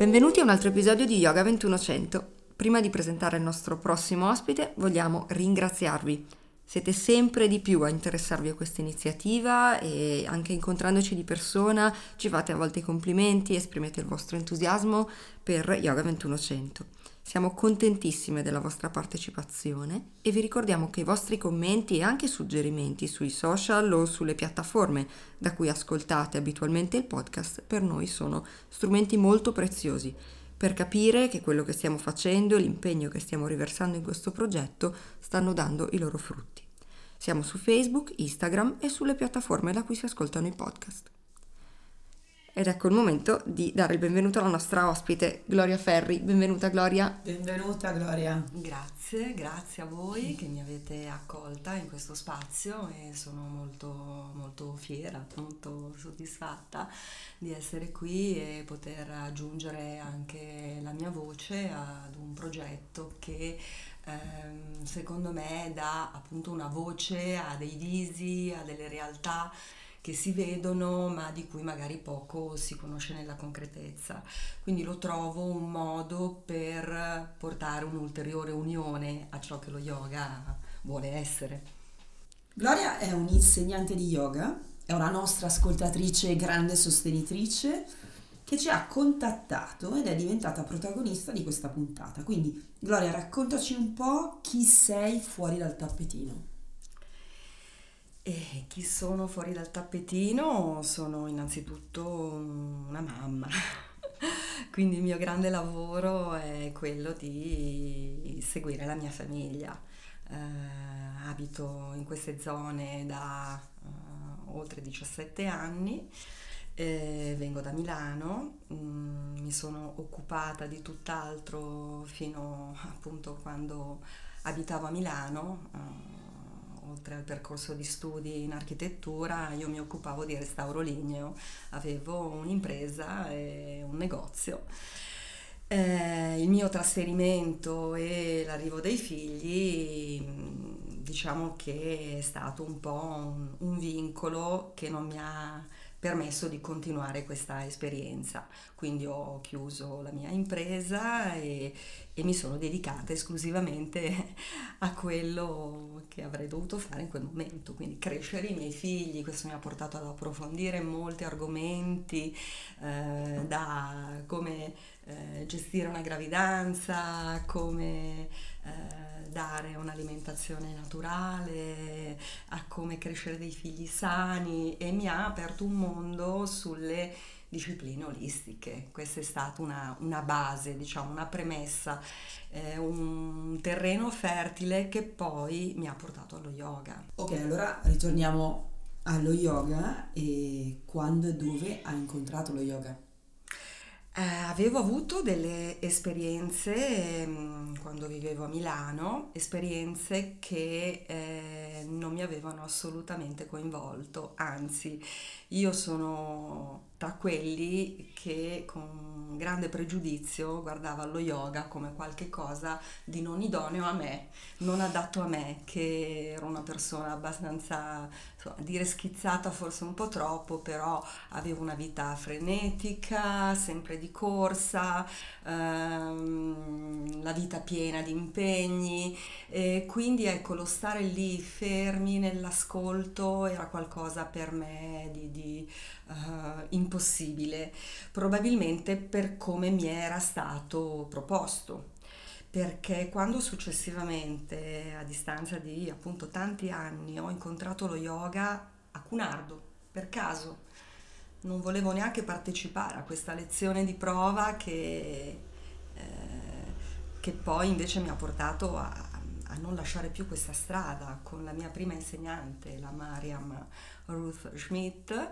Benvenuti a un altro episodio di Yoga 2100. Prima di presentare il nostro prossimo ospite, vogliamo ringraziarvi. Siete sempre di più a interessarvi a questa iniziativa e anche incontrandoci di persona ci fate a volte i complimenti, esprimete il vostro entusiasmo per Yoga 2100. Siamo contentissime della vostra partecipazione e vi ricordiamo che i vostri commenti e anche suggerimenti sui social o sulle piattaforme da cui ascoltate abitualmente il podcast per noi sono strumenti molto preziosi per capire che quello che stiamo facendo e l'impegno che stiamo riversando in questo progetto stanno dando i loro frutti. Siamo su Facebook, Instagram e sulle piattaforme da cui si ascoltano i podcast. Ed ecco il momento di dare il benvenuto alla nostra ospite, Gloria Ferri. Benvenuta Gloria. Benvenuta Gloria. Grazie a voi che mi avete accolta in questo spazio e sono molto fiera, molto soddisfatta di essere qui e poter aggiungere anche la mia voce ad un progetto che secondo me dà appunto una voce a dei visi, a delle realtà che si vedono ma di cui magari poco si conosce nella concretezza. Quindi lo trovo un modo per portare un'ulteriore unione a ciò che lo yoga vuole essere. Gloria è un'insegnante di yoga, è una nostra ascoltatrice e grande sostenitrice che ci ha contattato ed è diventata protagonista di questa puntata. Quindi Gloria, raccontaci un po' chi sei fuori dal tappetino. E chi sono fuori dal tappetino? Sono innanzitutto una mamma, quindi il mio grande lavoro è quello di seguire la mia famiglia. Abito in queste zone da oltre 17 anni, vengo da Milano, mi sono occupata di tutt'altro fino appunto quando abitavo a Milano. Oltre al percorso di studi in architettura, io mi occupavo di restauro ligneo, avevo un'impresa e un negozio. Il mio trasferimento e l'arrivo dei figli, diciamo che è stato un po' un vincolo che non mi ha permesso di continuare questa esperienza. Quindi ho chiuso la mia impresa e mi sono dedicata esclusivamente a quello che avrei dovuto fare in quel momento, quindi crescere i miei figli. Questo mi ha portato ad approfondire molti argomenti, da come gestire una gravidanza, come dare un'alimentazione naturale, a come crescere dei figli sani, e mi ha aperto un mondo sulle discipline olistiche. Questa è stata una base, diciamo, una premessa, un terreno fertile che poi mi ha portato allo yoga. Ok, allora ritorniamo allo yoga. E quando e dove hai incontrato lo yoga? Avevo avuto delle esperienze quando vivevo a Milano, esperienze che non mi avevano assolutamente coinvolto, anzi io sono tra quelli che con grande pregiudizio guardava lo yoga come qualche cosa di non idoneo a me, non adatto a me, che ero una persona abbastanza, insomma, dire schizzata forse un po' troppo, però avevo una vita frenetica, sempre di corsa, la vita piena di impegni, e quindi ecco, lo stare lì fermi nell'ascolto era qualcosa per me di impossibile, probabilmente per come mi era stato proposto. Perché quando successivamente, a distanza di appunto tanti anni, ho incontrato lo yoga a Cunardo, per caso, non volevo neanche partecipare a questa lezione di prova che poi invece mi ha portato a non lasciare più questa strada con la mia prima insegnante, la Mariam Ruth Schmidt.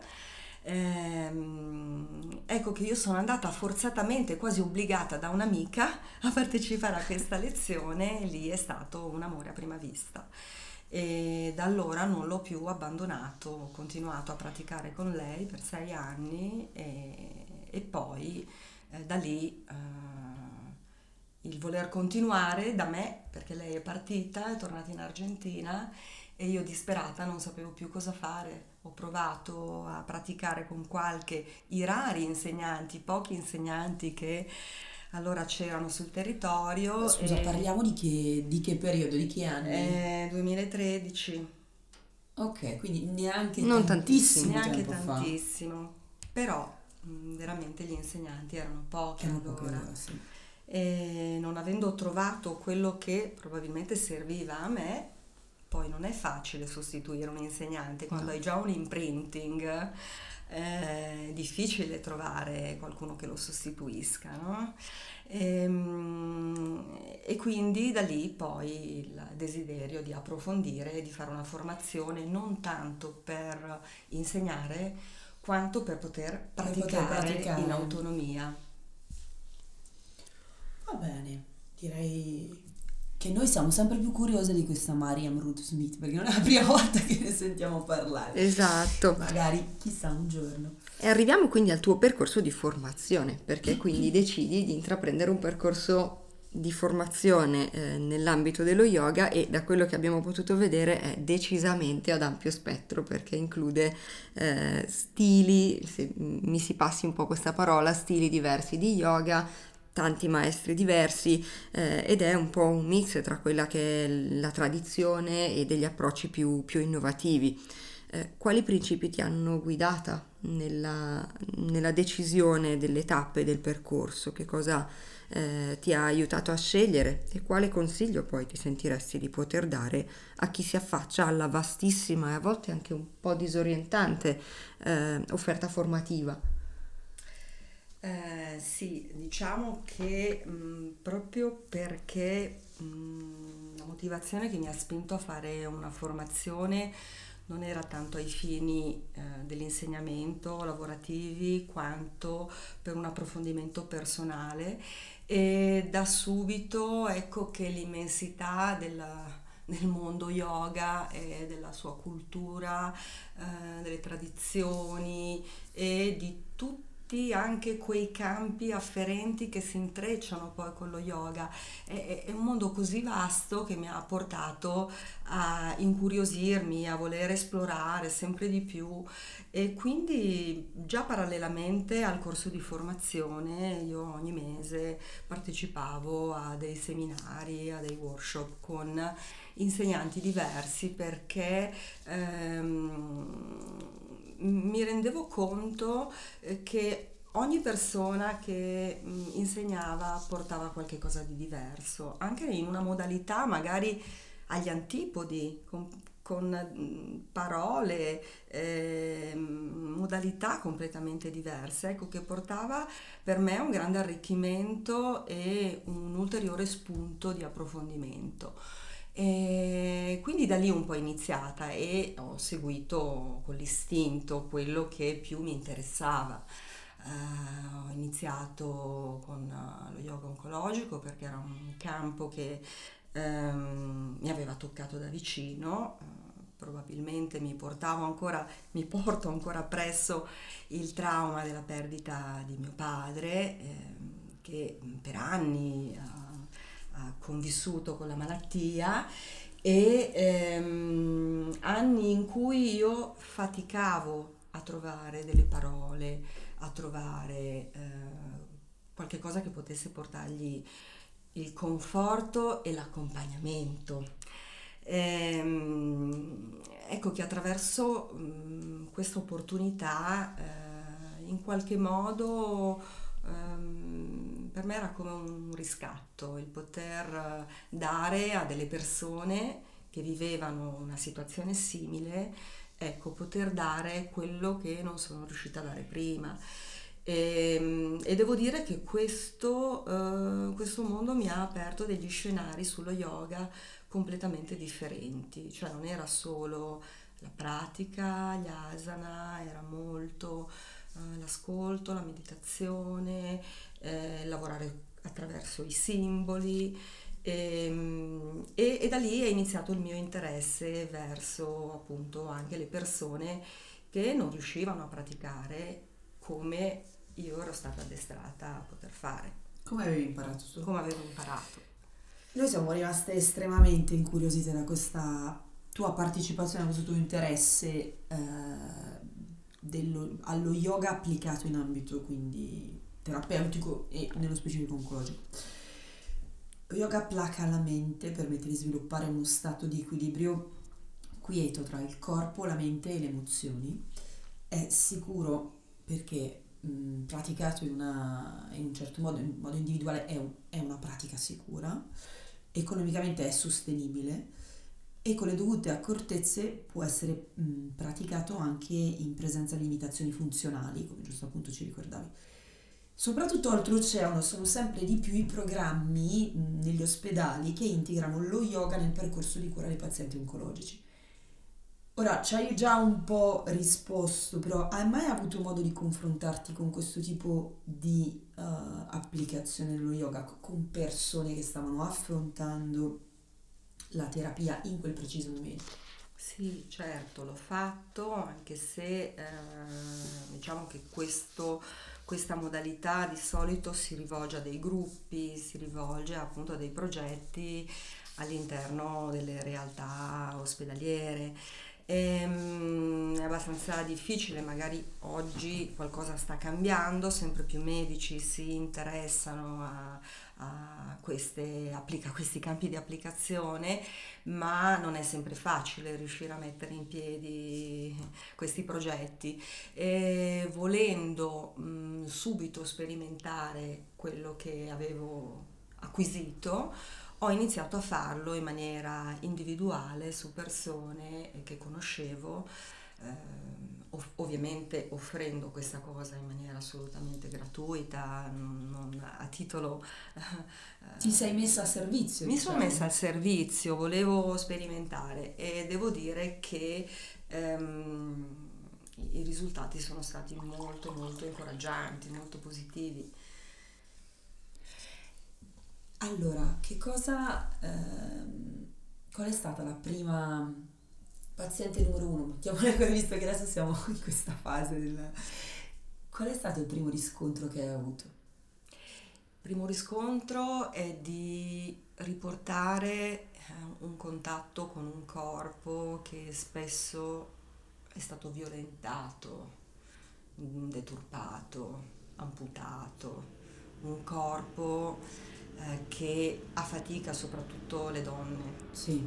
Ecco che io sono andata forzatamente, quasi obbligata da un'amica, a partecipare a questa lezione, e lì è stato un amore a prima vista. E da allora non l'ho più abbandonato, ho continuato a praticare con lei per 6 anni e poi da lì il voler continuare da me, perché lei è partita, è tornata in Argentina e io disperata non sapevo più cosa fare, ho provato a praticare con i rari insegnanti, pochi insegnanti che allora c'erano sul territorio. Scusa, parliamo di che periodo, di che anni? 2013. Ok, quindi neanche Non tantissimo Neanche tempo fa. tantissimo, però veramente gli insegnanti erano pochi Erano poche allora. ore, sì. E non avendo trovato quello che probabilmente serviva a me, poi non è facile sostituire un insegnante quando No. hai già un imprinting, è difficile trovare qualcuno che lo sostituisca, no? E quindi da lì poi il desiderio di approfondire, di fare una formazione non tanto per insegnare quanto per poter praticare in autonomia. Va bene, direi che noi siamo sempre più curiose di questa Mariam Ruth Smith, perché non è la prima volta che ne sentiamo parlare. Esatto. Magari, chissà, un giorno. E arriviamo quindi al tuo percorso di formazione, perché quindi decidi di intraprendere un percorso di formazione nell'ambito dello yoga e da quello che abbiamo potuto vedere è decisamente ad ampio spettro perché include stili, se mi si passi un po' questa parola, stili diversi di yoga, tanti maestri diversi ed è un po' un mix tra quella che è la tradizione e degli approcci più innovativi. Quali principi ti hanno guidata nella decisione delle tappe del percorso? Che cosa ti ha aiutato a scegliere e quale consiglio poi ti sentiresti di poter dare a chi si affaccia alla vastissima e a volte anche un po' disorientante offerta formativa? Sì, diciamo che proprio perché la motivazione che mi ha spinto a fare una formazione non era tanto ai fini dell'insegnamento lavorativi quanto per un approfondimento personale e da subito ecco che l'immensità del mondo yoga e della sua cultura, delle tradizioni e di tutti anche quei campi afferenti che si intrecciano poi con lo yoga. È un mondo così vasto che mi ha portato a incuriosirmi, a voler esplorare sempre di più e quindi già parallelamente al corso di formazione io ogni mese partecipavo a dei seminari, a dei workshop con insegnanti diversi perché mi rendevo conto che ogni persona che insegnava portava qualche cosa di diverso, anche in una modalità magari agli antipodi, con parole, modalità completamente diverse, ecco che portava per me un grande arricchimento e un ulteriore spunto di approfondimento. E quindi da lì un po' è iniziata e ho seguito con l'istinto quello che più mi interessava. Ho iniziato con lo yoga oncologico perché era un campo che mi aveva toccato da vicino, probabilmente mi porto ancora appresso il trauma della perdita di mio padre, che per anni ha convissuto con la malattia e anni in cui io faticavo a trovare delle parole, a trovare qualche cosa che potesse portargli il conforto e l'accompagnamento. Ecco che attraverso questa opportunità in qualche modo per me era come un riscatto il poter dare a delle persone che vivevano una situazione simile, ecco, poter dare quello che non sono riuscita a dare prima. E devo dire che questo mondo mi ha aperto degli scenari sullo yoga completamente differenti, cioè non era solo la pratica, gli asana, era molto l'ascolto, la meditazione, lavorare attraverso i simboli e da lì è iniziato il mio interesse verso appunto anche le persone che non riuscivano a praticare come io ero stata addestrata a poter fare. Come avevi imparato tu? Come avevo imparato. Noi siamo rimaste estremamente incuriosite da questa tua partecipazione, questo tuo interesse allo yoga applicato in ambito quindi terapeutico e nello specifico oncologico. Lo yoga placa la mente, permette di sviluppare uno stato di equilibrio quieto tra il corpo, la mente e le emozioni. È sicuro perché praticato in un certo modo, in modo individuale, è una pratica sicura, economicamente è sostenibile e con le dovute accortezze può essere praticato anche in presenza di limitazioni funzionali, come giusto appunto ci ricordavi. Soprattutto oltreoceano sono sempre di più i programmi negli ospedali che integrano lo yoga nel percorso di cura dei pazienti oncologici. Ora, ci hai già un po' risposto, però hai mai avuto modo di confrontarti con questo tipo di applicazione dello yoga con persone che stavano affrontando la terapia in quel preciso momento? Sì, certo, l'ho fatto, anche se diciamo che questa modalità di solito si rivolge a dei gruppi, si rivolge appunto a dei progetti all'interno delle realtà ospedaliere. È abbastanza difficile, magari oggi qualcosa sta cambiando, sempre più medici si interessano a questi campi di applicazione, ma non è sempre facile riuscire a mettere in piedi questi progetti. E volendo subito sperimentare quello che avevo acquisito, ho iniziato a farlo in maniera individuale su persone che conoscevo, ovviamente offrendo questa cosa in maniera assolutamente gratuita, non a titolo. Ti sei messa a servizio, Mi sono diciamo. messa al servizio, volevo sperimentare e devo dire che i risultati sono stati molto molto incoraggianti, molto positivi. Allora, qual è stata la prima paziente numero uno? Mettiamola così, visto che adesso siamo in questa fase Qual è stato il primo riscontro che hai avuto? Il primo riscontro è di riportare un contatto con un corpo che spesso è stato violentato, deturpato, amputato, un corpo che a fatica, soprattutto le donne, Sì,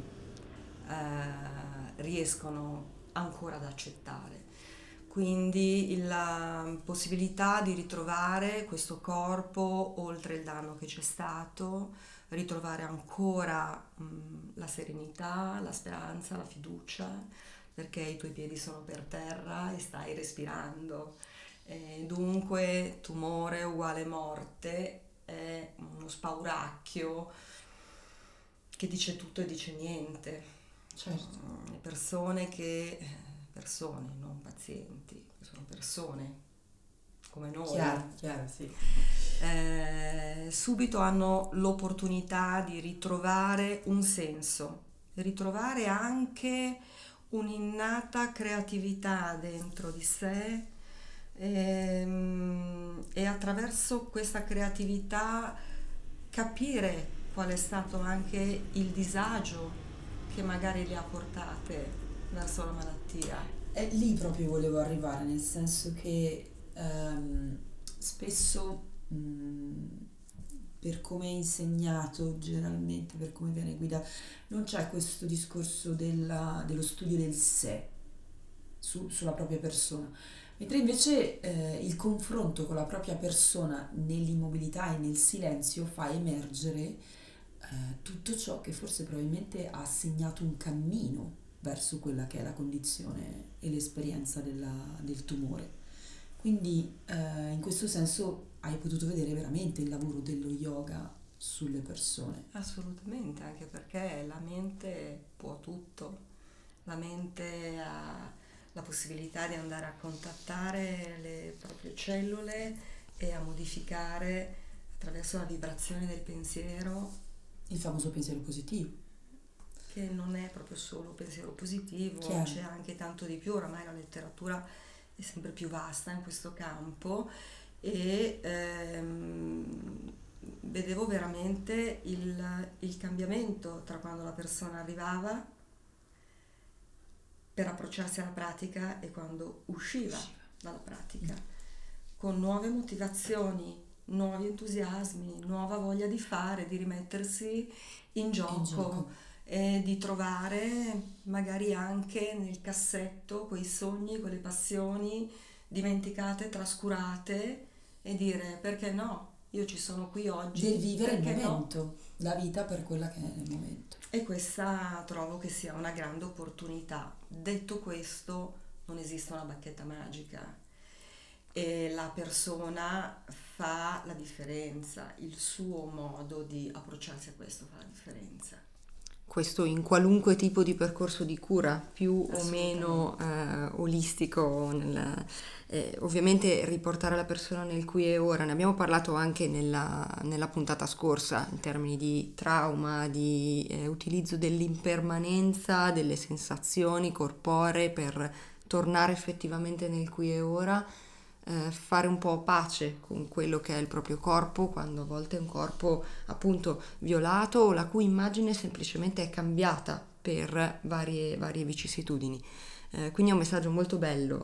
riescono ancora ad accettare. Quindi la possibilità di ritrovare questo corpo oltre il danno che c'è stato, ritrovare ancora la serenità, la speranza, la fiducia, perché i tuoi piedi sono per terra e stai respirando. Dunque tumore uguale morte è uno spauracchio che dice tutto e dice niente. certo. Persone, non pazienti, sono persone come noi. Chiaro, sì. Subito hanno l'opportunità di ritrovare un senso, di ritrovare anche un'innata creatività dentro di sé e attraverso questa creatività capire qual è stato anche il disagio che magari li ha portate verso la malattia. E lì proprio volevo arrivare, nel senso che spesso per come è insegnato, generalmente per come viene guidato, non c'è questo discorso dello studio del sé sulla propria persona, mentre invece il confronto con la propria persona nell'immobilità e nel silenzio fa emergere tutto ciò che forse probabilmente ha segnato un cammino verso quella che è la condizione e l'esperienza del tumore. Quindi in questo senso hai potuto vedere veramente il lavoro dello yoga sulle persone. Assolutamente, anche perché la mente può tutto, la mente ha la possibilità di andare a contattare le proprie cellule e a modificare attraverso la vibrazione del pensiero, Il famoso pensiero positivo. che non è proprio solo pensiero positivo, Chiaro. c'è anche tanto di più, oramai la letteratura è sempre più vasta in questo campo e vedevo veramente il cambiamento tra quando la persona arrivava per approcciarsi alla pratica e quando usciva dalla pratica, con nuove motivazioni, nuovi entusiasmi, nuova voglia di fare, di rimettersi in gioco e di trovare magari anche nel cassetto quei sogni, quelle passioni dimenticate, trascurate, e dire perché no, io ci sono qui oggi. Del vivere il perché no? momento, la vita per quella che è nel momento. E questa trovo che sia una grande opportunità. Detto questo, non esiste una bacchetta magica e la persona fa la differenza, il suo modo di approcciarsi a questo fa la differenza. Questo in qualunque tipo di percorso di cura, più o meno olistico, ovviamente riportare la persona nel qui e ora. Ne abbiamo parlato anche nella puntata scorsa in termini di trauma, di utilizzo dell'impermanenza, delle sensazioni corporee per tornare effettivamente nel qui e ora. Fare un po' pace con quello che è il proprio corpo, quando a volte è un corpo appunto violato o la cui immagine semplicemente è cambiata per varie vicissitudini. Quindi è un messaggio molto bello,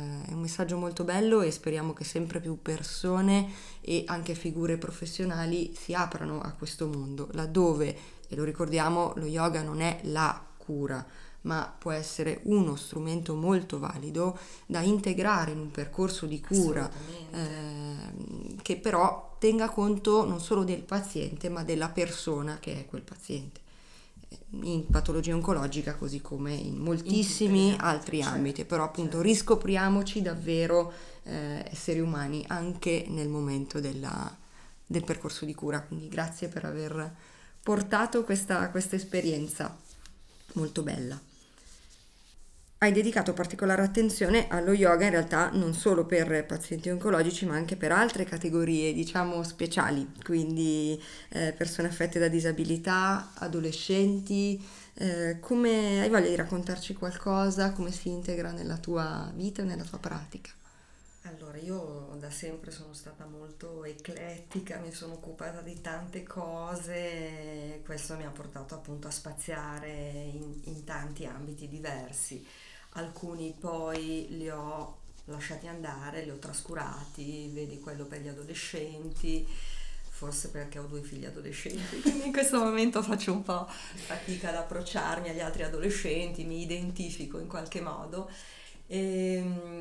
e speriamo che sempre più persone e anche figure professionali si aprano a questo mondo, laddove, e lo ricordiamo, lo yoga non è la cura, ma può essere uno strumento molto valido da integrare in un percorso di cura che però tenga conto non solo del paziente ma della persona che è quel paziente, in patologia oncologica così come in moltissimi altri ambiti, però appunto riscopriamoci davvero esseri umani anche nel momento del percorso di cura. Quindi grazie per aver portato questa esperienza molto bella. Hai dedicato particolare attenzione allo yoga in realtà non solo per pazienti oncologici ma anche per altre categorie diciamo speciali, quindi persone affette da disabilità, adolescenti. Come hai voglia di raccontarci qualcosa, come si integra nella tua vita e nella tua pratica? Allora, io da sempre sono stata molto eclettica, mi sono occupata di tante cose, questo mi ha portato appunto a spaziare in tanti ambiti diversi. Alcuni poi li ho lasciati andare, li ho trascurati, vedi quello per gli adolescenti, forse perché ho 2 figli adolescenti, quindi in questo momento faccio un po' fatica ad approcciarmi agli altri adolescenti, mi identifico in qualche modo. E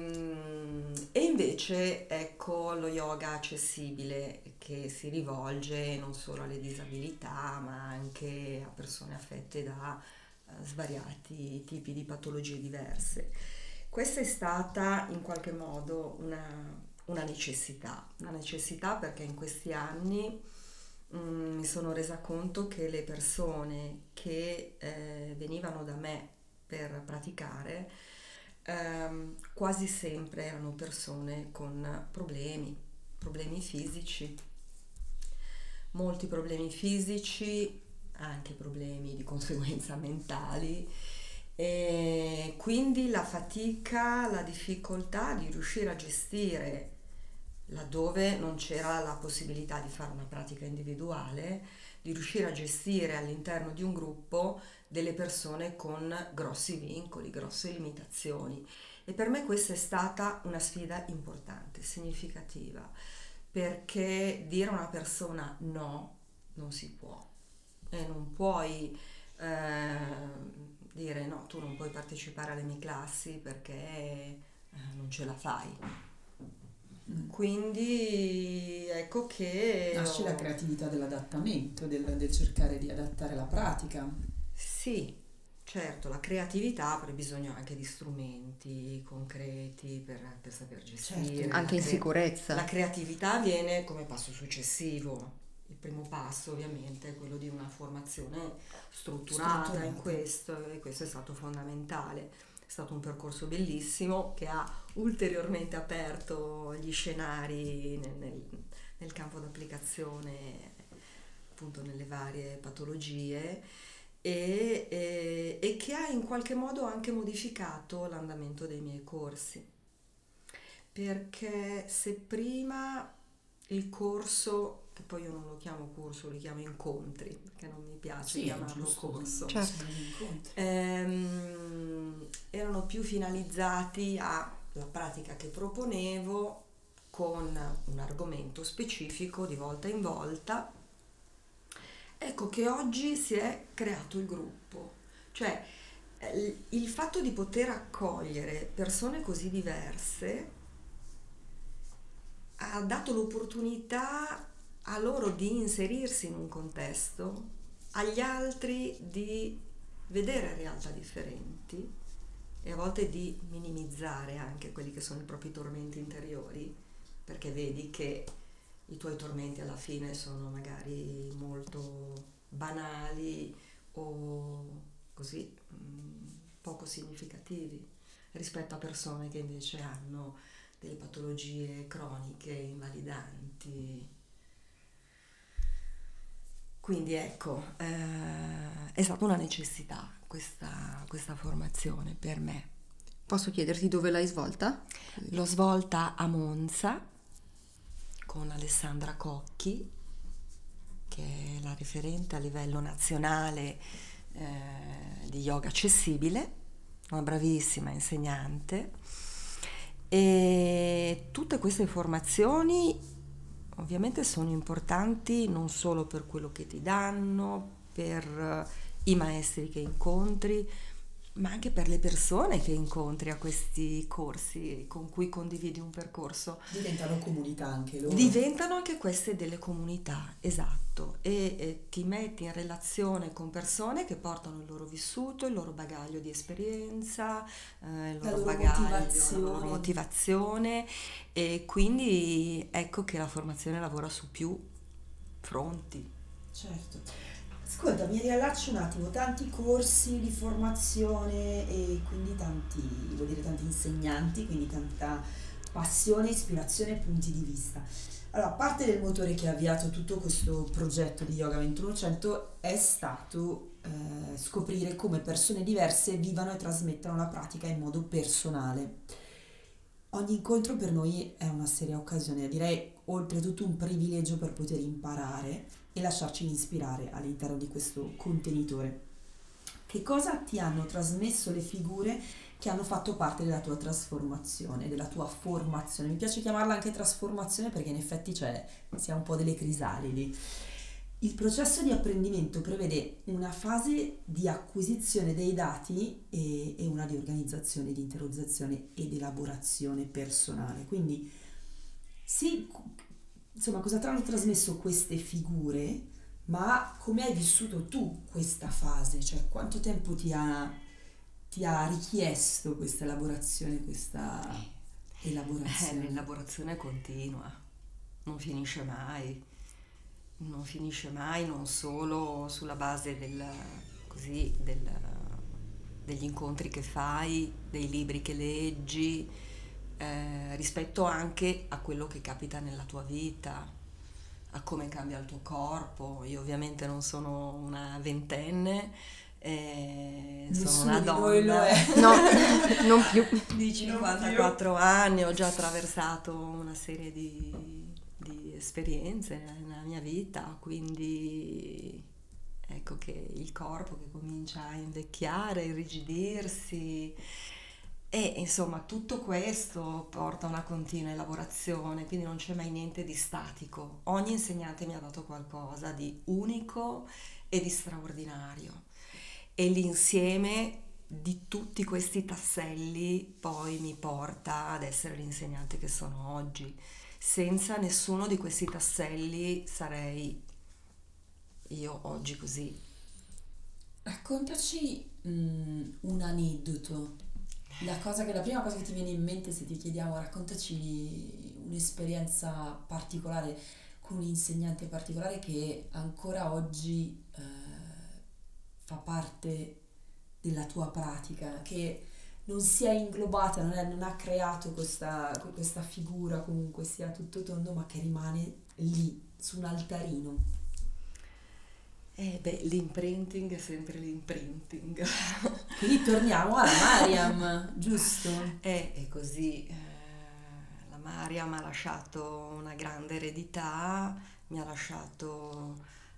invece ecco lo yoga accessibile che si rivolge non solo alle disabilità ma anche a persone affette da svariati tipi di patologie diverse. Questa è stata in qualche modo una necessità perché in questi anni mi sono resa conto che le persone che venivano da me per praticare quasi sempre erano persone con problemi fisici, molti problemi fisici, anche problemi di conseguenza mentali, e quindi la fatica, la difficoltà di riuscire a gestire, laddove non c'era la possibilità di fare una pratica individuale, di riuscire a gestire all'interno di un gruppo delle persone con grossi vincoli, grosse limitazioni. E per me questa è stata una sfida importante, significativa, perché dire a una persona no non si può. E non puoi dire no, tu non puoi partecipare alle mie classi perché non ce la fai. Quindi ecco che nasce la creatività dell'adattamento, del cercare di adattare la pratica. Sì, certo, la creatività, però bisogna anche di strumenti concreti per saper gestire. Certo, anche in sicurezza. La creatività viene come passo successivo. Il primo passo ovviamente è quello di una formazione strutturata in questo, e questo è stato fondamentale. È stato un percorso bellissimo che ha ulteriormente aperto gli scenari nel campo d'applicazione, appunto nelle varie patologie, e che ha in qualche modo anche modificato l'andamento dei miei corsi. Perché se prima il corso che poi io non lo chiamo corso, li chiamo incontri, perché non mi piace Sì, chiamarlo giusto, corso. Certo. Erano più finalizzati alla pratica che proponevo con un argomento specifico di volta in volta. Ecco che oggi si è creato il gruppo, cioè il fatto di poter accogliere persone così diverse ha dato l'opportunità a loro di inserirsi in un contesto, agli altri di vedere realtà differenti e a volte di minimizzare anche quelli che sono i propri tormenti interiori, perché vedi che i tuoi tormenti alla fine sono magari molto banali o così poco significativi rispetto a persone che invece hanno delle patologie croniche invalidanti. Quindi ecco, è stata una necessità questa formazione per me. Posso chiederti dove l'hai svolta? L'ho svolta a Monza con Alessandra Cocchi, che è la referente a livello nazionale di yoga accessibile, una bravissima insegnante, e tutte queste formazioni ovviamente sono importanti non solo per quello che ti danno, per i maestri che incontri, ma anche per le persone che incontri a questi corsi con cui condividi un percorso. Diventano comunità anche loro. Diventano anche queste delle comunità, esatto, e ti metti in relazione con persone che portano il loro vissuto, il loro bagaglio di esperienza, il loro bagaglio, la loro motivazione, e quindi ecco che la formazione lavora su più fronti. Certo. Ascolta, mi riallaccio un attimo, tanti corsi di formazione e quindi vuol dire tanti insegnanti, quindi tanta passione, ispirazione e punti di vista. Allora, parte del motore che ha avviato tutto questo progetto di Yoga 2100 è stato scoprire come persone diverse vivano e trasmettano la pratica in modo personale. Ogni incontro per noi è una seria occasione, direi oltretutto un privilegio per poter imparare e lasciarci ispirare all'interno di questo contenitore. Che cosa ti hanno trasmesso le figure che hanno fatto parte della tua trasformazione, della tua formazione? Mi piace chiamarla anche trasformazione perché in effetti si ha un po' delle crisalidi. Il processo di apprendimento prevede una fase di acquisizione dei dati e una di organizzazione, di interiorizzazione ed elaborazione personale. Quindi sì, insomma, cosa ti hanno trasmesso queste figure, ma come hai vissuto tu questa fase? Cioè, quanto tempo ti ha richiesto questa elaborazione, L'elaborazione continua, non finisce mai, non solo sulla base degli incontri che fai, dei libri che leggi, rispetto anche a quello che capita nella tua vita, a come cambia il tuo corpo. Io ovviamente non sono una ventenne, sono una donna no, non più di 54 anni, ho già attraversato una serie di esperienze nella mia vita, quindi ecco che il corpo che comincia a invecchiare, irrigidirsi, e insomma tutto questo porta a una continua elaborazione, quindi non c'è mai niente di statico. Ogni insegnante mi ha dato qualcosa di unico e di straordinario, e l'insieme di tutti questi tasselli poi mi porta ad essere l'insegnante che sono oggi. Senza nessuno di questi tasselli sarei io oggi così. Raccontaci un aneddoto. La prima cosa che ti viene in mente se ti chiediamo, raccontaci un'esperienza particolare con un insegnante particolare che ancora oggi fa parte della tua pratica, che non si è inglobata, non ha creato questa figura comunque sia tutto tondo, ma che rimane lì su un altarino. L'imprinting è sempre l'imprinting. Quindi torniamo alla Mariam, giusto? È così. La Ilaria mi ha lasciato una grande eredità, mi ha lasciato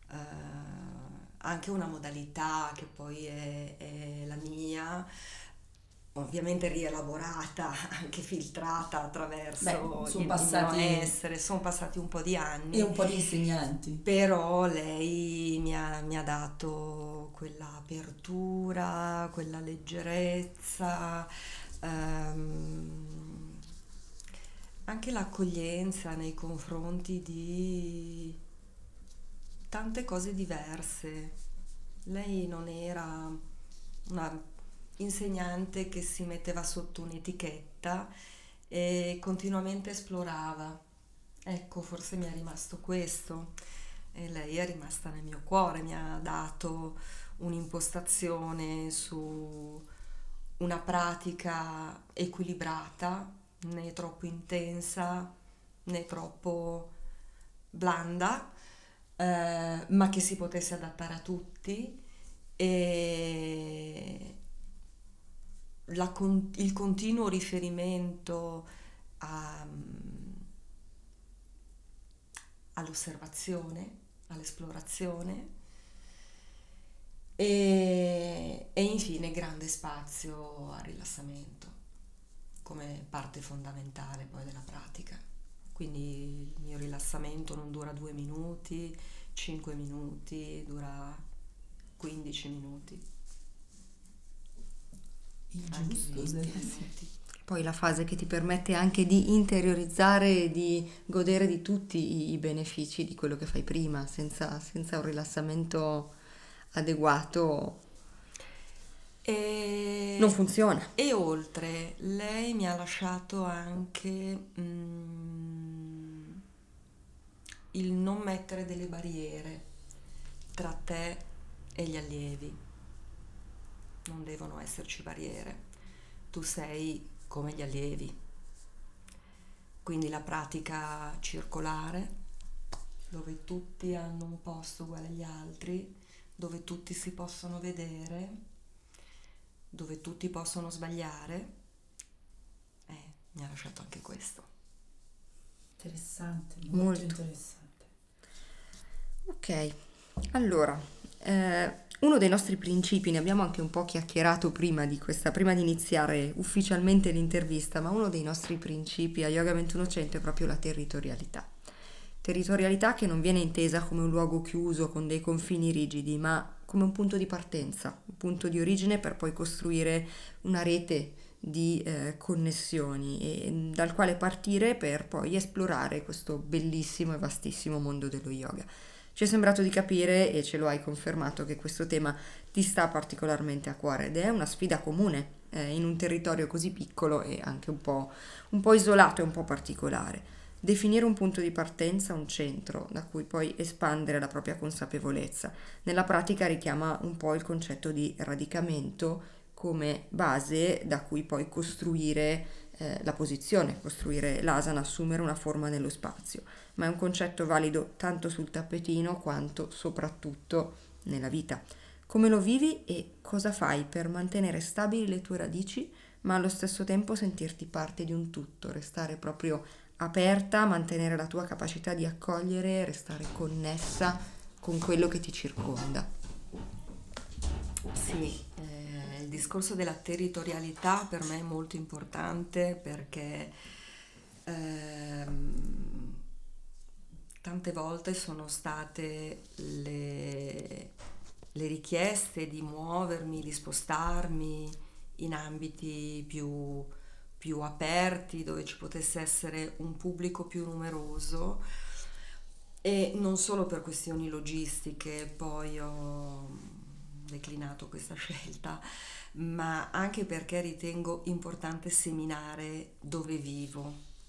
anche una modalità che poi è la mia, ovviamente rielaborata, anche filtrata attraverso il mio essere. Sono passati un po' di anni. E un po' di insegnanti. Però lei mi ha dato quella apertura, quella leggerezza, anche l'accoglienza nei confronti di tante cose diverse. Lei non era una insegnante che si metteva sotto un'etichetta e continuamente esplorava. Ecco, forse mi è rimasto questo, e lei è rimasta nel mio cuore, mi ha dato un'impostazione su una pratica equilibrata, né troppo intensa né troppo blanda, ma che si potesse adattare a tutti, e il continuo riferimento all'osservazione, all'esplorazione, e infine grande spazio al rilassamento come parte fondamentale poi della pratica. Quindi il mio rilassamento non dura 2 minuti, 5 minuti, dura 15 minuti. Il giusto, sì. Poi la fase che ti permette anche di interiorizzare e di godere di tutti i benefici di quello che fai prima, senza un rilassamento adeguato non funziona. E oltre, lei mi ha lasciato anche il non mettere delle barriere tra te e gli allievi. Non devono esserci barriere. Tu sei come gli allievi. Quindi la pratica circolare, dove tutti hanno un posto uguale agli altri, dove tutti si possono vedere, dove tutti possono sbagliare, mi ha lasciato anche questo. Interessante, molto interessante. Ok, allora, uno dei nostri principi, ne abbiamo anche un po' chiacchierato prima di iniziare ufficialmente l'intervista, ma uno dei nostri principi a Yoga 2100 è proprio la territorialità. Territorialità che non viene intesa come un luogo chiuso con dei confini rigidi, ma come un punto di partenza, un punto di origine per poi costruire una rete di connessioni e dal quale partire per poi esplorare questo bellissimo e vastissimo mondo dello yoga. Ci è sembrato di capire, e ce lo hai confermato, che questo tema ti sta particolarmente a cuore ed è una sfida comune in un territorio così piccolo e anche un po' isolato e un po' particolare. Definire un punto di partenza, un centro da cui poi espandere la propria consapevolezza. Nella pratica richiama un po' il concetto di radicamento come base da cui poi costruire la posizione, costruire l'asana, assumere una forma nello spazio, ma è un concetto valido tanto sul tappetino quanto soprattutto nella vita. Come lo vivi e cosa fai per mantenere stabili le tue radici, ma allo stesso tempo sentirti parte di un tutto, restare proprio aperta, mantenere la tua capacità di accogliere, restare connessa con quello che ti circonda. Sì, il discorso della territorialità per me è molto importante perché tante volte sono state le richieste di muovermi, di spostarmi in ambiti più aperti, dove ci potesse essere un pubblico più numeroso, e non solo per questioni logistiche poi ho declinato questa scelta, ma anche perché ritengo importante seminare dove vivo.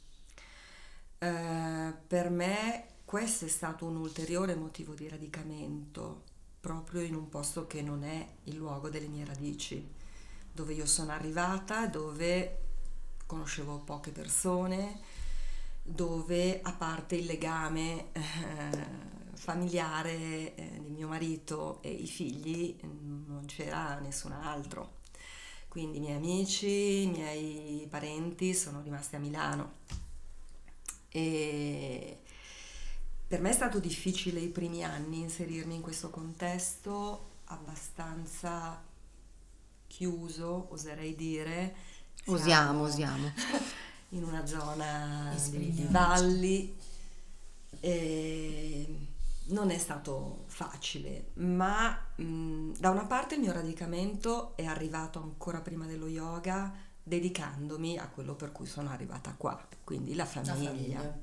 Per me questo è stato un ulteriore motivo di radicamento, proprio in un posto che non è il luogo delle mie radici, dove io sono arrivata, dove conoscevo poche persone, dove a parte il legame familiare di mio marito e i figli non c'era nessun altro. Quindi i miei amici, i miei parenti sono rimasti a Milano. E per me è stato difficile i primi anni inserirmi in questo contesto abbastanza chiuso, oserei dire. Usiamo. In una zona di Esprimiamoci. valli, e non è stato facile, ma da una parte il mio radicamento è arrivato ancora prima dello yoga, dedicandomi a quello per cui sono arrivata qua, quindi la La famiglia. famiglia.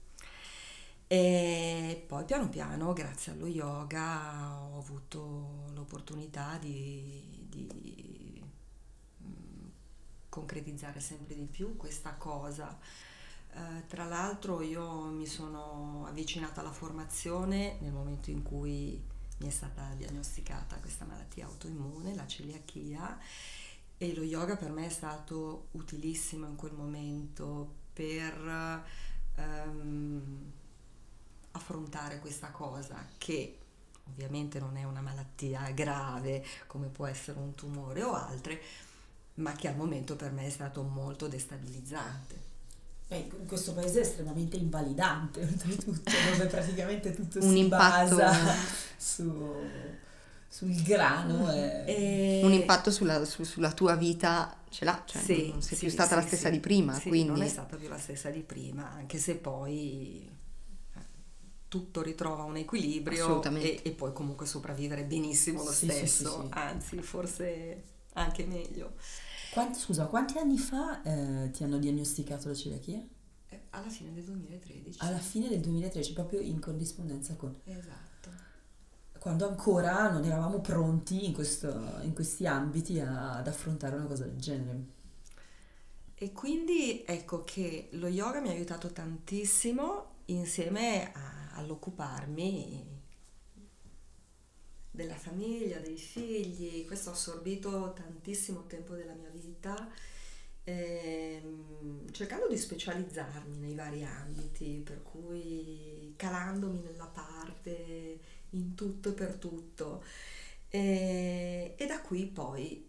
E poi piano piano, grazie allo yoga, ho avuto l'opportunità di concretizzare sempre di più questa cosa. Tra l'altro io mi sono avvicinata alla formazione nel momento in cui mi è stata diagnosticata questa malattia autoimmune, la celiachia, e lo yoga per me è stato utilissimo in quel momento per affrontare questa cosa, che ovviamente non è una malattia grave come può essere un tumore o altre, ma che al momento per me è stato molto destabilizzante. Beh, in questo paese è estremamente invalidante, oltretutto, dove praticamente tutto Un si impatto- basa sul grano. Un impatto sulla tua vita ce l'ha, cioè Sì, non sei sì, più stata la sì, stessa sì. di prima, Sì, quindi non è stata più la stessa di prima, anche se poi tutto ritrova un equilibrio Assolutamente. e puoi comunque sopravvivere benissimo lo Sì, sì, stesso, sì, sì. anzi forse anche meglio. Quanti anni fa ti hanno diagnosticato la celiachia? Alla fine del 2013. Alla fine del 2013, proprio in corrispondenza con... Esatto. Quando ancora non eravamo pronti in questi ambiti ad affrontare una cosa del genere. E quindi ecco che lo yoga mi ha aiutato tantissimo insieme all'occuparmi della famiglia, dei figli. Questo ha assorbito tantissimo tempo della mia vita, cercando di specializzarmi nei vari ambiti, per cui calandomi nella parte in tutto e per tutto. E da qui poi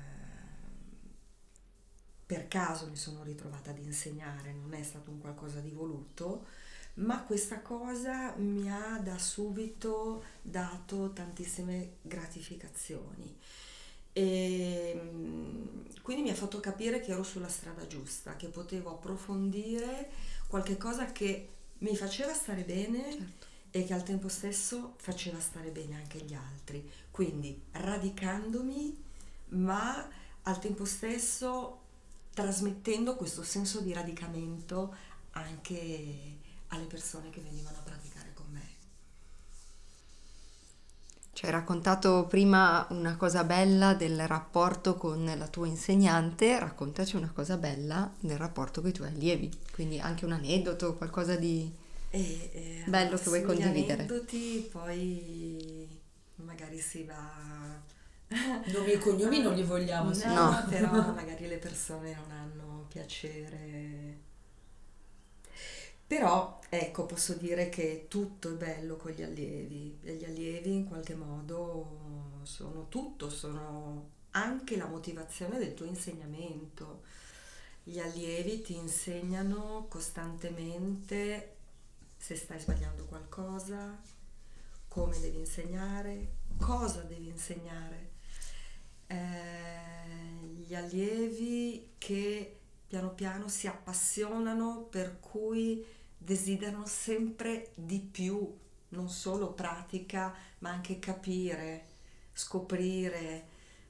per caso mi sono ritrovata ad insegnare, non è stato un qualcosa di voluto, ma questa cosa mi ha da subito dato tantissime gratificazioni e quindi mi ha fatto capire che ero sulla strada giusta, che potevo approfondire qualche cosa che mi faceva stare bene. Certo. E che al tempo stesso faceva stare bene anche gli altri, quindi radicandomi ma al tempo stesso trasmettendo questo senso di radicamento anche alle persone che venivano a praticare con me. ci hai raccontato prima una cosa bella del rapporto con la tua insegnante, raccontaci una cosa bella del rapporto con i tuoi allievi, quindi anche un aneddoto, qualcosa di bello che vuoi sugli condividere. aneddoti poi magari si va... Nomi e cognomi non li vogliamo, No. Però magari le persone non hanno piacere. Però ecco, posso dire che tutto è bello con gli allievi, e gli allievi in qualche modo sono tutto, sono anche la motivazione del tuo insegnamento. Gli allievi ti insegnano costantemente se stai sbagliando qualcosa, come devi insegnare, cosa devi insegnare. Gli allievi che piano piano si appassionano, per cui desiderano sempre di più, non solo pratica, ma anche capire, scoprire,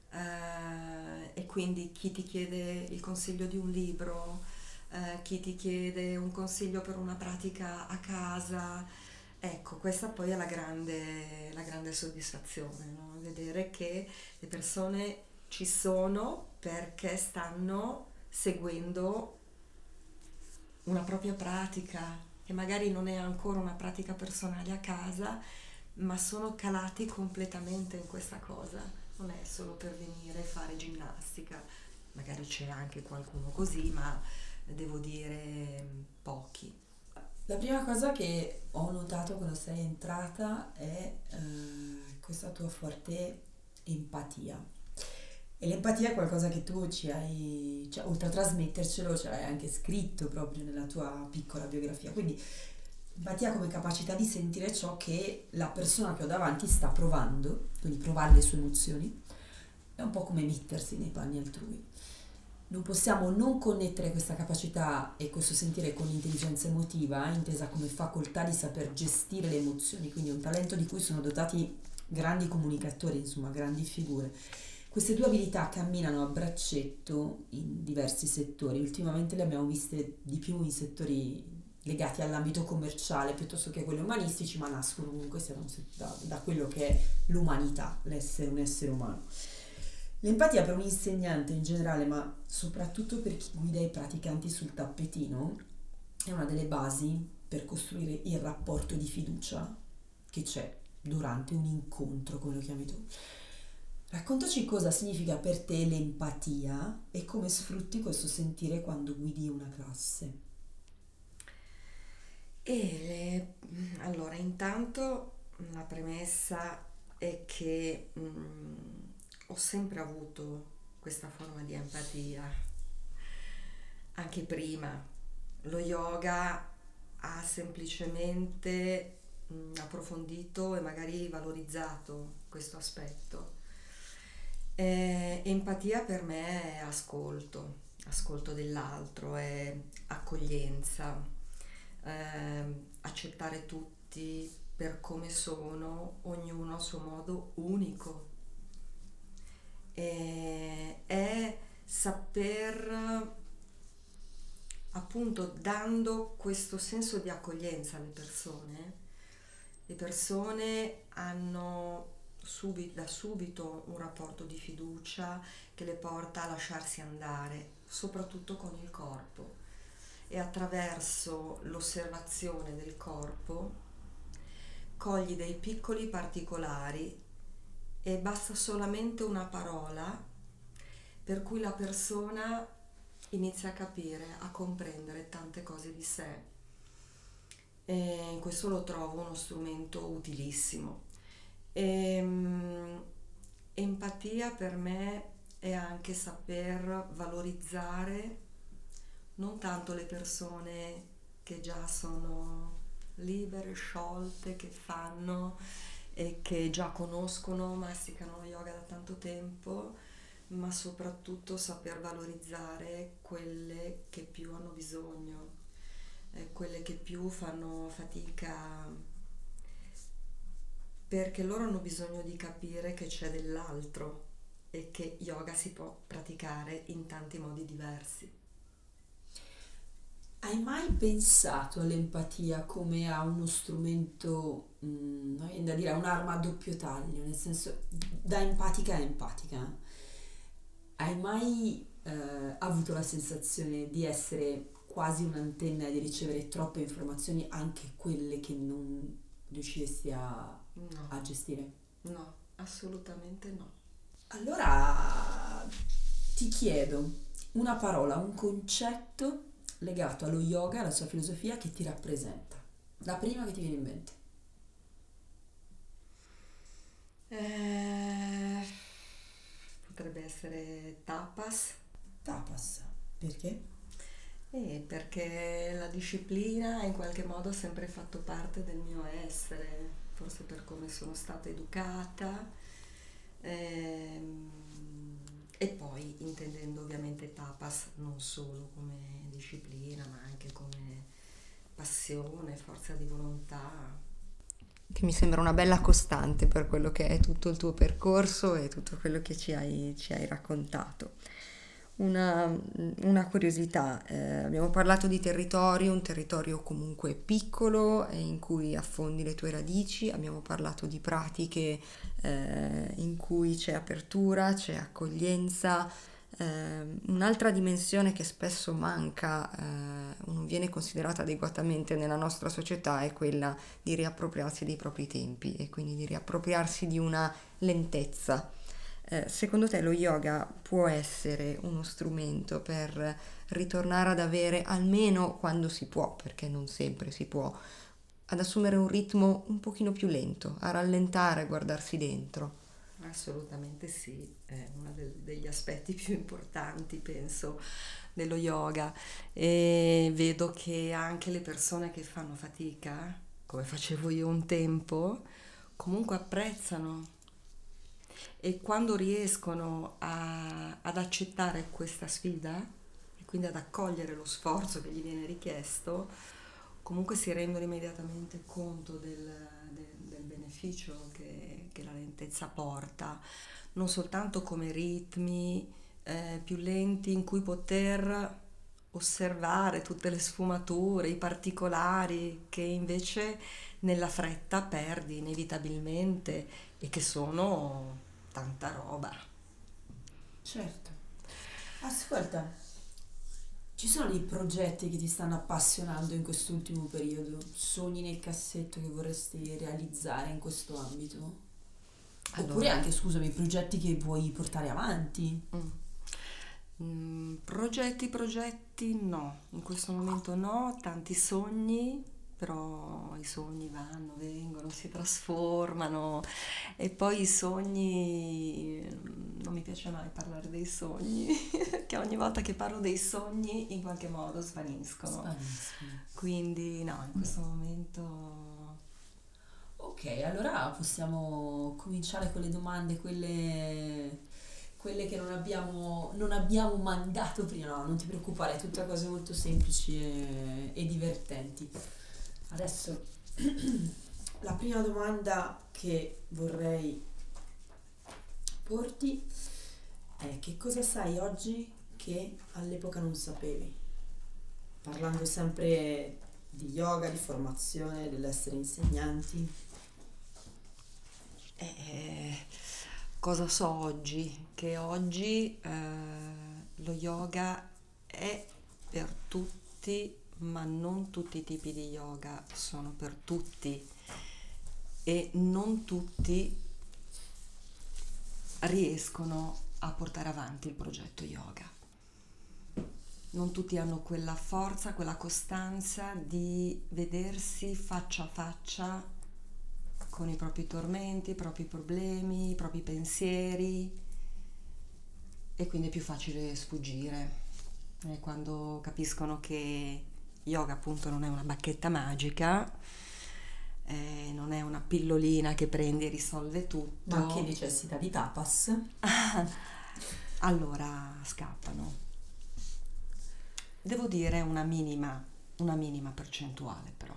e quindi chi ti chiede il consiglio di un libro, chi ti chiede un consiglio per una pratica a casa. Ecco, questa poi è la grande soddisfazione, no? Vedere che le persone ci sono perché stanno seguendo una propria pratica, che magari non è ancora una pratica personale a casa, ma sono calati completamente in questa cosa. Non è solo per venire a fare ginnastica, magari c'è anche qualcuno così, ma devo dire pochi. La prima cosa che ho notato quando sei entrata è questa tua forte empatia. E l'empatia è qualcosa che tu ci hai, cioè, oltre a trasmettercelo, ce l'hai anche scritto proprio nella tua piccola biografia. Quindi empatia come capacità di sentire ciò che la persona che ho davanti sta provando, quindi provare le sue emozioni, è un po' come mettersi nei panni altrui. Non possiamo non connettere questa capacità e questo sentire con l'intelligenza emotiva, intesa come facoltà di saper gestire le emozioni, quindi un talento di cui sono dotati grandi comunicatori, insomma, grandi figure. Queste due abilità camminano a braccetto in diversi settori. Ultimamente le abbiamo viste di più in settori legati all'ambito commerciale piuttosto che a quelli umanistici, ma nascono comunque sia da quello che è l'umanità, l'essere un essere umano. L'empatia per un insegnante in generale, ma soprattutto per chi guida i praticanti sul tappetino, è una delle basi per costruire il rapporto di fiducia che c'è durante un incontro, come lo chiami tu. Raccontaci cosa significa per te l'empatia e come sfrutti questo sentire quando guidi una classe. Allora, intanto la premessa è che ho sempre avuto questa forma di empatia, anche prima. Lo yoga ha semplicemente approfondito e magari valorizzato questo aspetto. Empatia per me è ascolto dell'altro, è accoglienza, accettare tutti per come sono, ognuno a suo modo unico. È saper, appunto, dando questo senso di accoglienza alle persone. Le persone hanno da subito un rapporto di fiducia che le porta a lasciarsi andare, soprattutto con il corpo, e attraverso l'osservazione del corpo cogli dei piccoli particolari e basta solamente una parola per cui la persona inizia a capire, a comprendere tante cose di sé. E in questo lo trovo uno strumento utilissimo. Empatia per me è anche saper valorizzare non tanto le persone che già sono libere, sciolte, che fanno e che già conoscono, masticano lo yoga da tanto tempo, ma soprattutto saper valorizzare quelle che più hanno bisogno, quelle che più fanno fatica, perché loro hanno bisogno di capire che c'è dell'altro e che yoga si può praticare in tanti modi diversi. Hai mai pensato all'empatia come a uno strumento, da dire, a un'arma a doppio taglio, nel senso da empatica a empatica? Hai mai avuto la sensazione di essere quasi un'antenna e di ricevere troppe informazioni, anche quelle che non riusciresti a gestire? No, assolutamente no. Allora ti chiedo una parola, un concetto legato allo yoga, alla sua filosofia, che ti rappresenta. La prima che ti viene in mente. Potrebbe essere tapas. Tapas. Perché? Perché la disciplina in qualche modo ha sempre fatto parte del mio essere, forse per come sono stata educata. E poi intendendo ovviamente tapas non solo come disciplina, ma anche come passione, forza di volontà. Che mi sembra una bella costante per quello che è tutto il tuo percorso e tutto quello che ci hai raccontato. Una curiosità, abbiamo parlato di territorio, un territorio comunque piccolo in cui affondi le tue radici, abbiamo parlato di pratiche in cui c'è apertura, c'è accoglienza. Un'altra dimensione che spesso manca o non viene considerata adeguatamente nella nostra società è quella di riappropriarsi dei propri tempi e quindi di riappropriarsi di una lentezza. Secondo te lo yoga può essere uno strumento per ritornare ad avere, almeno quando si può, perché non sempre si può, ad assumere un ritmo un pochino più lento, a rallentare, a guardarsi dentro? Assolutamente sì, è uno degli aspetti più importanti, penso, dello yoga, e vedo che anche le persone che fanno fatica, come facevo io un tempo, comunque apprezzano, e quando riescono ad accettare questa sfida e quindi ad accogliere lo sforzo che gli viene richiesto, comunque si rendono immediatamente conto del beneficio che la lentezza porta, non soltanto come ritmi più lenti in cui poter osservare tutte le sfumature, i particolari che invece nella fretta perdi inevitabilmente e che sono tanta roba. Certo. Ascolta, ci sono dei progetti che ti stanno appassionando in quest'ultimo periodo? Sogni nel cassetto che vorresti realizzare in questo ambito? Oppure Allora, anche, scusami, progetti che vuoi portare avanti? progetti no, in questo momento no, tanti sogni, però i sogni vanno, vengono, si trasformano, e poi i sogni, non mi piace mai parlare dei sogni, che ogni volta che parlo dei sogni in qualche modo svaniscono, Spaniscono. quindi no, in questo momento... Ok, allora possiamo cominciare con le domande, quelle che non abbiamo mandato prima. No, non ti preoccupare, è tutte cose molto semplici e divertenti. Adesso la prima domanda che vorrei porti è: che cosa sai oggi che all'epoca non sapevi? Parlando sempre di yoga, di formazione, dell'essere insegnanti. Eh, cosa so oggi? Che oggi lo yoga è per tutti, ma non tutti i tipi di yoga sono per tutti, e non tutti riescono a portare avanti il progetto yoga. Non tutti hanno quella forza, quella costanza di vedersi faccia a faccia con i propri tormenti, i propri problemi, i propri pensieri, e quindi è più facile sfuggire. E quando capiscono che yoga appunto non è una bacchetta magica, non è una pillolina che prendi e risolve tutto, Ma che necessità di tapas? allora scappano. Devo dire una minima percentuale, però.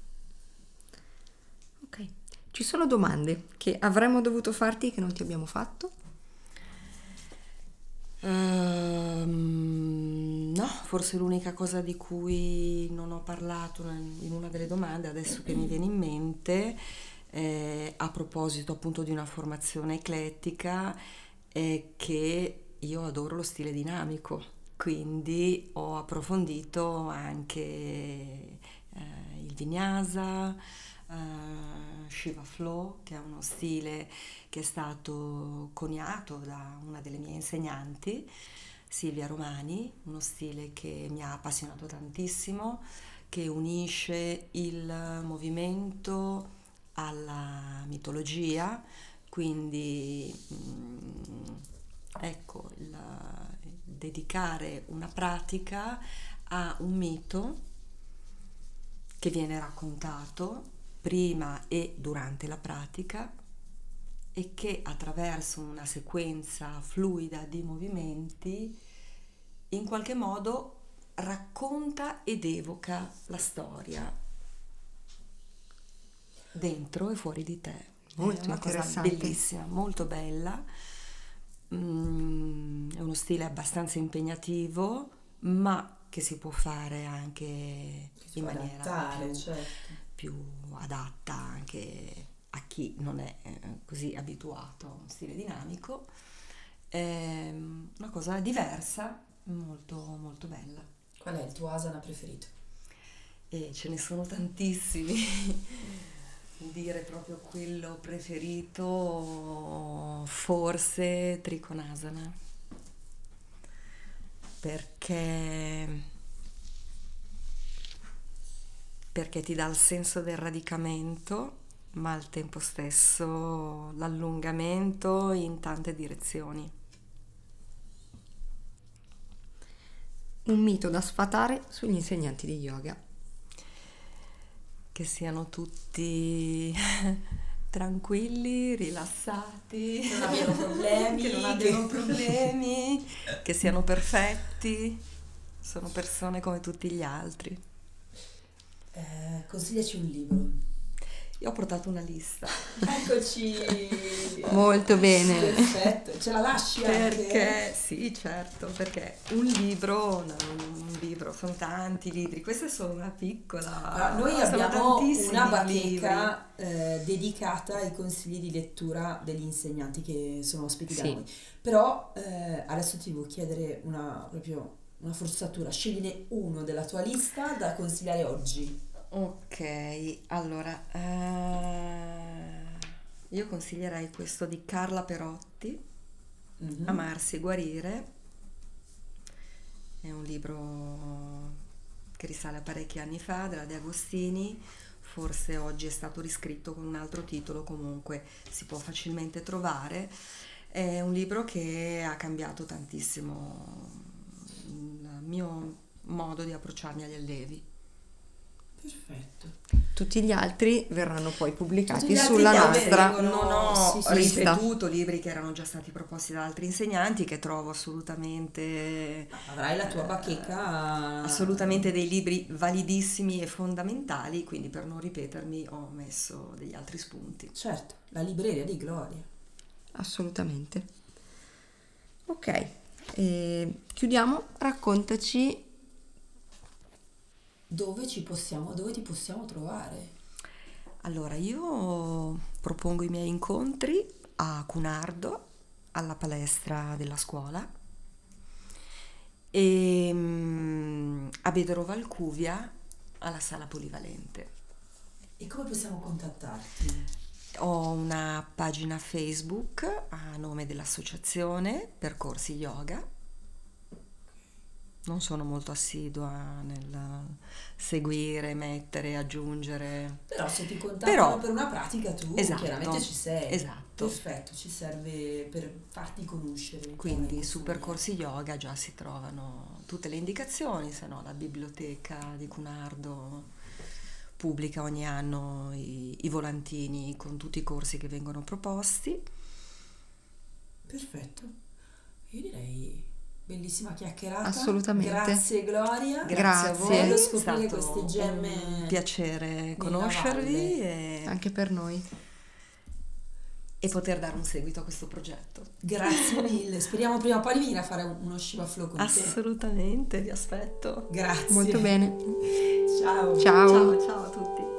Ok. Ci sono domande che avremmo dovuto farti e che non ti abbiamo fatto? No, forse l'unica cosa di cui non ho parlato in una delle domande, adesso che mi viene in mente, a proposito appunto di una formazione eclettica, è che io adoro lo stile dinamico, quindi ho approfondito anche il Vinyasa, Shiva Flow, che è uno stile che è stato coniato da una delle mie insegnanti, Silvia Romani, uno stile che mi ha appassionato tantissimo, che unisce il movimento alla mitologia, quindi ecco, dedicare una pratica a un mito che viene raccontato prima e durante la pratica, e che attraverso una sequenza fluida di movimenti in qualche modo racconta ed evoca la storia dentro e fuori di te. Molto È una cosa interessante. bellissima, molto bella. È uno stile abbastanza impegnativo, ma che si può fare anche Che si in può maniera adattare, più, certo. più adatta anche a chi non è così abituato a uno stile dinamico. È una cosa diversa, molto molto bella. Qual è il tuo asana preferito? E ce ne sono tantissimi. Dire proprio quello preferito, forse Trikonasana, perché ti dà il senso del radicamento, ma al tempo stesso l'allungamento in tante direzioni. Un mito da sfatare sugli insegnanti di yoga. Che siano tutti tranquilli, rilassati, Che non abbiano problemi, che non abbiano problemi, che siano perfetti, sono persone come tutti gli altri. Consigliaci un libro. Io ho portato una lista. Eccoci. Molto bene. Perfetto. Ce la lasci Perché, sì, certo, perché un libro, sono tanti libri, questa è solo una piccola. Allora, noi sono abbiamo tantissimi una libri. bacheca dedicata ai consigli di lettura degli insegnanti che sono ospiti da Sì. noi. Però adesso ti devo chiedere proprio una forzatura. Scegliene uno della tua lista da consigliare oggi. Ok, allora io consiglierei questo di Carla Perotti, Mhm. Amarsi e guarire. È un libro che risale a parecchi anni fa, della De Agostini, forse oggi è stato riscritto con un altro titolo, comunque si può facilmente trovare. È un libro che ha cambiato tantissimo il mio modo di approcciarmi agli allievi. Perfetto. Tutti gli altri verranno poi Tutti pubblicati gli altri sulla che nostra vengono- Non ho sì, sì, ripetuto libri che erano già stati proposti da altri insegnanti, che trovo assolutamente Avrai la tua bacheca. assolutamente dei libri validissimi e fondamentali, quindi per non ripetermi ho messo degli altri spunti. Certo, la libreria di Gloria. assolutamente. Ok, chiudiamo, raccontaci. Dove ti possiamo trovare? Allora, io propongo i miei incontri a Cunardo, alla palestra della scuola, e a Bedero Valcuvia, alla sala polivalente. E come possiamo contattarti? Ho una pagina Facebook a nome dell'associazione Percorsi Yoga. Non sono molto assidua nel seguire, mettere, aggiungere. Però se ti contattano Però- per una pratica tu Esatto, chiaramente ci sei. esatto. Perfetto, ci serve per farti conoscere. un po' Quindi in su questo Percorsi Yoga già si trovano tutte le indicazioni, se no la biblioteca di Cunardo pubblica ogni anno i volantini con tutti i corsi che vengono proposti. momento. Perfetto. Io direi bellissima chiacchierata. Assolutamente. Grazie Gloria. Grazie. a voi, Bello è scoprire stato queste gemme un piacere nella conoscervi valle. Anche per noi. e poter dare un seguito a questo progetto. Grazie mille. Speriamo prima o poi di venire a fare uno Shiva Flow con te. Assolutamente, vi aspetto. Grazie. Molto bene. Ciao. Ciao. Ciao a tutti.